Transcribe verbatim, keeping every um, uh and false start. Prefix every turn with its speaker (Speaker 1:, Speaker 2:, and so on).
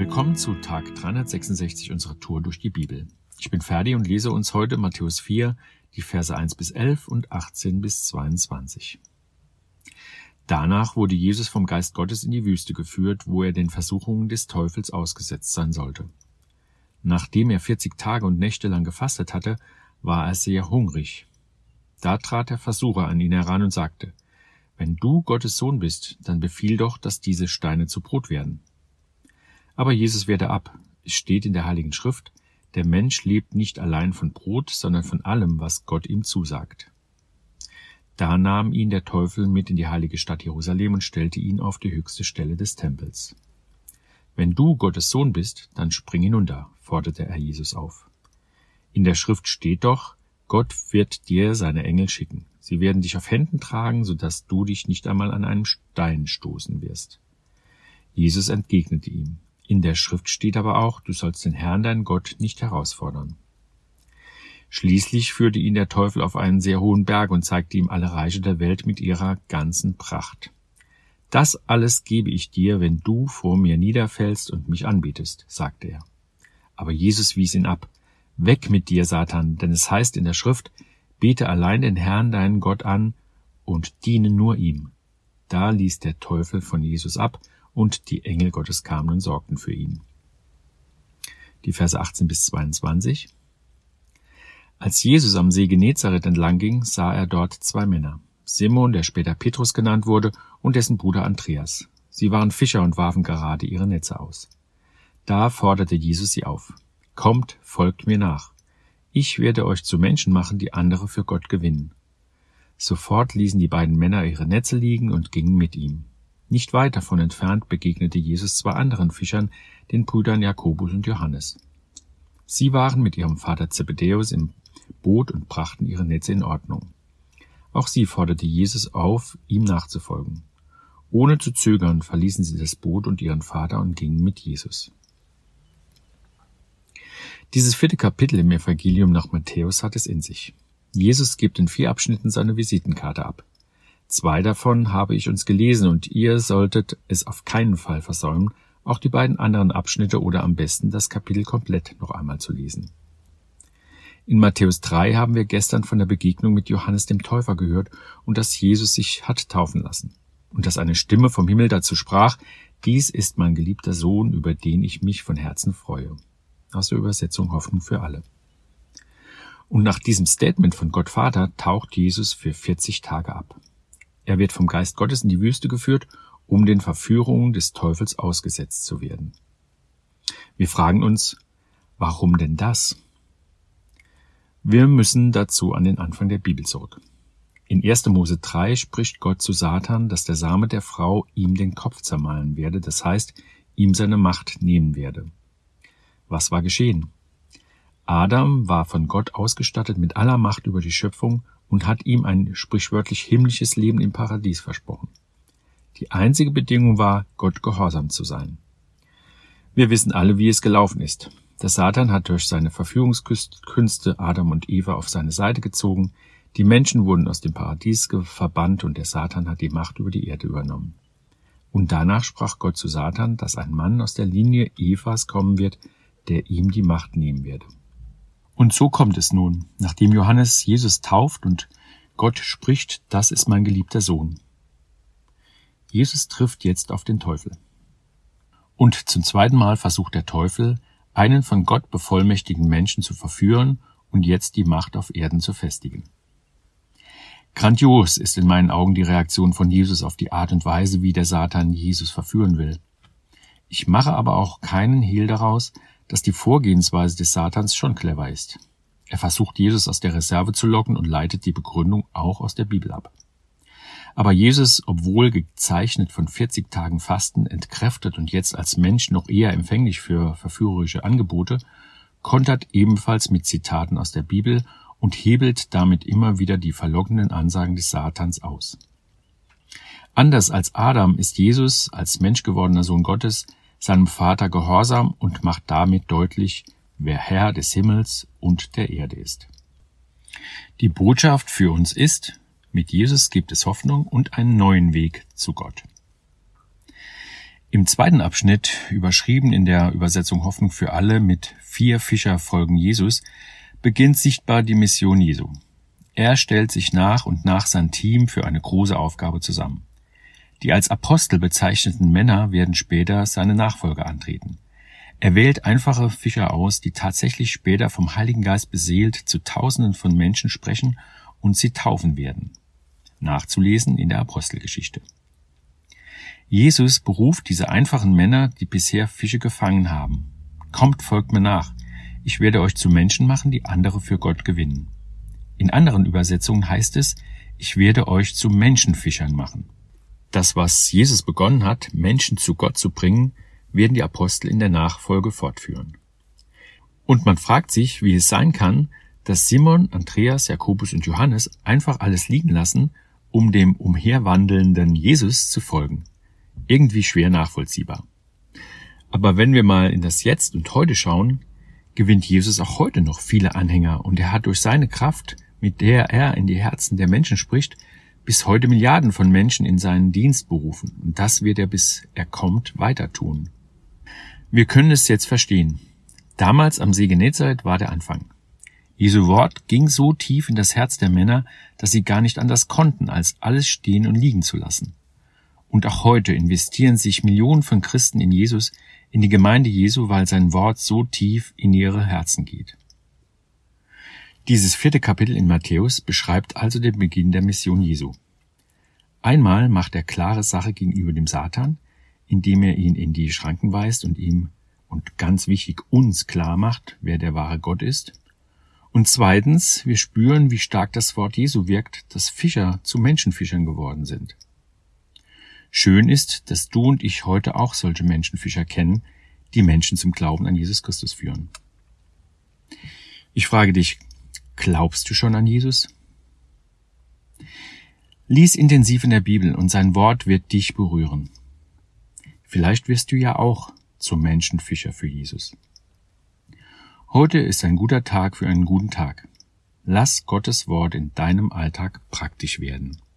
Speaker 1: Willkommen zu Tag dreihundertsechsundsechzig unserer Tour durch die Bibel. Ich bin Ferdi und lese uns heute Matthäus vier, die Verse eins bis elf und achtzehn bis zweiundzwanzig. Danach wurde Jesus vom Geist Gottes in die Wüste geführt, wo er den Versuchungen des Teufels ausgesetzt sein sollte. Nachdem er vierzig Tage und Nächte lang gefastet hatte, war er sehr hungrig. Da trat der Versucher an ihn heran und sagte: Wenn du Gottes Sohn bist, dann befiehl doch, dass diese Steine zu Brot werden. Aber Jesus wehrte ab. Es steht in der Heiligen Schrift: Der Mensch lebt nicht allein von Brot, sondern von allem, was Gott ihm zusagt. Da nahm ihn der Teufel mit in die heilige Stadt Jerusalem und stellte ihn auf die höchste Stelle des Tempels. Wenn du Gottes Sohn bist, dann spring hinunter, forderte er Jesus auf. In der Schrift steht doch: Gott wird dir seine Engel schicken. Sie werden dich auf Händen tragen, sodass du dich nicht einmal an einen Stein stoßen wirst. Jesus entgegnete ihm: In der Schrift steht aber auch, du sollst den Herrn, deinen Gott, nicht herausfordern. Schließlich führte ihn der Teufel auf einen sehr hohen Berg und zeigte ihm alle Reiche der Welt mit ihrer ganzen Pracht. Das alles gebe ich dir, wenn du vor mir niederfällst und mich anbetest, sagte er. Aber Jesus wies ihn ab. Weg mit dir, Satan, denn es heißt in der Schrift: Bete allein den Herrn, deinen Gott, an und diene nur ihm. Da ließ der Teufel von Jesus ab, und die Engel Gottes kamen und sorgten für ihn. Die Verse achtzehn bis zweiundzwanzig. Als Jesus am See Genezareth entlang ging, sah er dort zwei Männer: Simon, der später Petrus genannt wurde, und dessen Bruder Andreas. Sie waren Fischer und warfen gerade ihre Netze aus. Da forderte Jesus sie auf: Kommt, folgt mir nach. Ich werde euch zu Menschen machen, die andere für Gott gewinnen. Sofort ließen die beiden Männer ihre Netze liegen und gingen mit ihm. Nicht weit davon entfernt begegnete Jesus zwei anderen Fischern, den Brüdern Jakobus und Johannes. Sie waren mit ihrem Vater Zebedäus im Boot und brachten ihre Netze in Ordnung. Auch sie forderte Jesus auf, ihm nachzufolgen. Ohne zu zögern verließen sie das Boot und ihren Vater und gingen mit Jesus. Dieses vierte Kapitel im Evangelium nach Matthäus hat es in sich. Jesus gibt in vier Abschnitten seine Visitenkarte ab. Zwei davon habe ich uns gelesen, und ihr solltet es auf keinen Fall versäumen, auch die beiden anderen Abschnitte oder am besten das Kapitel komplett noch einmal zu lesen. In Matthäus drei haben wir gestern von der Begegnung mit Johannes dem Täufer gehört und dass Jesus sich hat taufen lassen. Und dass eine Stimme vom Himmel dazu sprach: Dies ist mein geliebter Sohn, über den ich mich von Herzen freue. Aus der Übersetzung Hoffnung für alle. Und nach diesem Statement von Gott Vater taucht Jesus für vierzig Tage ab. Er wird vom Geist Gottes in die Wüste geführt, um den Verführungen des Teufels ausgesetzt zu werden. Wir fragen uns: Warum denn das? Wir müssen dazu an den Anfang der Bibel zurück. In erster Mose drei spricht Gott zu Satan, dass der Same der Frau ihm den Kopf zermahlen werde, das heißt, ihm seine Macht nehmen werde. Was war geschehen? Adam war von Gott ausgestattet mit aller Macht über die Schöpfung und hat ihm ein sprichwörtlich himmlisches Leben im Paradies versprochen. Die einzige Bedingung war, Gott gehorsam zu sein. Wir wissen alle, wie es gelaufen ist. Der Satan hat durch seine Verführungskünste Adam und Eva auf seine Seite gezogen, die Menschen wurden aus dem Paradies verbannt und der Satan hat die Macht über die Erde übernommen. Und danach sprach Gott zu Satan, dass ein Mann aus der Linie Evas kommen wird, der ihm die Macht nehmen werde. Und so kommt es nun, nachdem Johannes Jesus tauft und Gott spricht: Das ist mein geliebter Sohn. Jesus trifft jetzt auf den Teufel. Und zum zweiten Mal versucht der Teufel, einen von Gott bevollmächtigten Menschen zu verführen und jetzt die Macht auf Erden zu festigen. Grandios ist in meinen Augen die Reaktion von Jesus auf die Art und Weise, wie der Satan Jesus verführen will. Ich mache aber auch keinen Hehl daraus, dass die Vorgehensweise des Satans schon clever ist. Er versucht, Jesus aus der Reserve zu locken und leitet die Begründung auch aus der Bibel ab. Aber Jesus, obwohl gezeichnet von vierzig Tagen Fasten, entkräftet und jetzt als Mensch noch eher empfänglich für verführerische Angebote, kontert ebenfalls mit Zitaten aus der Bibel und hebelt damit immer wieder die verlockenden Ansagen des Satans aus. Anders als Adam ist Jesus als menschgewordener Sohn Gottes seinem Vater gehorsam und macht damit deutlich, wer Herr des Himmels und der Erde ist. Die Botschaft für uns ist: Mit Jesus gibt es Hoffnung und einen neuen Weg zu Gott. Im zweiten Abschnitt, überschrieben in der Übersetzung Hoffnung für alle mit vier Fischer folgen Jesus, beginnt sichtbar die Mission Jesu. Er stellt sich nach und nach sein Team für eine große Aufgabe zusammen. Die als Apostel bezeichneten Männer werden später seine Nachfolger antreten. Er wählt einfache Fischer aus, die tatsächlich später vom Heiligen Geist beseelt zu Tausenden von Menschen sprechen und sie taufen werden. Nachzulesen in der Apostelgeschichte. Jesus beruft diese einfachen Männer, die bisher Fische gefangen haben. Kommt, folgt mir nach. Ich werde euch zu Menschen machen, die andere für Gott gewinnen. In anderen Übersetzungen heißt es, ich werde euch zu Menschenfischern machen. Das, was Jesus begonnen hat, Menschen zu Gott zu bringen, werden die Apostel in der Nachfolge fortführen. Und man fragt sich, wie es sein kann, dass Simon, Andreas, Jakobus und Johannes einfach alles liegen lassen, um dem umherwandelnden Jesus zu folgen. Irgendwie schwer nachvollziehbar. Aber wenn wir mal in das Jetzt und Heute schauen, gewinnt Jesus auch heute noch viele Anhänger und er hat durch seine Kraft, mit der er in die Herzen der Menschen spricht, bis heute Milliarden von Menschen in seinen Dienst berufen. Und das wird er, bis er kommt, weiter tun. Wir können es jetzt verstehen. Damals am See Genezareth war der Anfang. Jesu Wort ging so tief in das Herz der Männer, dass sie gar nicht anders konnten, als alles stehen und liegen zu lassen. Und auch heute investieren sich Millionen von Christen in Jesus, in die Gemeinde Jesu, weil sein Wort so tief in ihre Herzen geht. Dieses vierte Kapitel in Matthäus beschreibt also den Beginn der Mission Jesu. Einmal macht er klare Sache gegenüber dem Satan, indem er ihn in die Schranken weist und ihm, und ganz wichtig, uns klar macht, wer der wahre Gott ist. Und zweitens, wir spüren, wie stark das Wort Jesu wirkt, dass Fischer zu Menschenfischern geworden sind. Schön ist, dass du und ich heute auch solche Menschenfischer kennen, die Menschen zum Glauben an Jesus Christus führen. Ich frage dich, glaubst du schon an Jesus? Lies intensiv in der Bibel und sein Wort wird dich berühren. Vielleicht wirst du ja auch zum Menschenfischer für Jesus. Heute ist ein guter Tag für einen guten Tag. Lass Gottes Wort in deinem Alltag praktisch werden.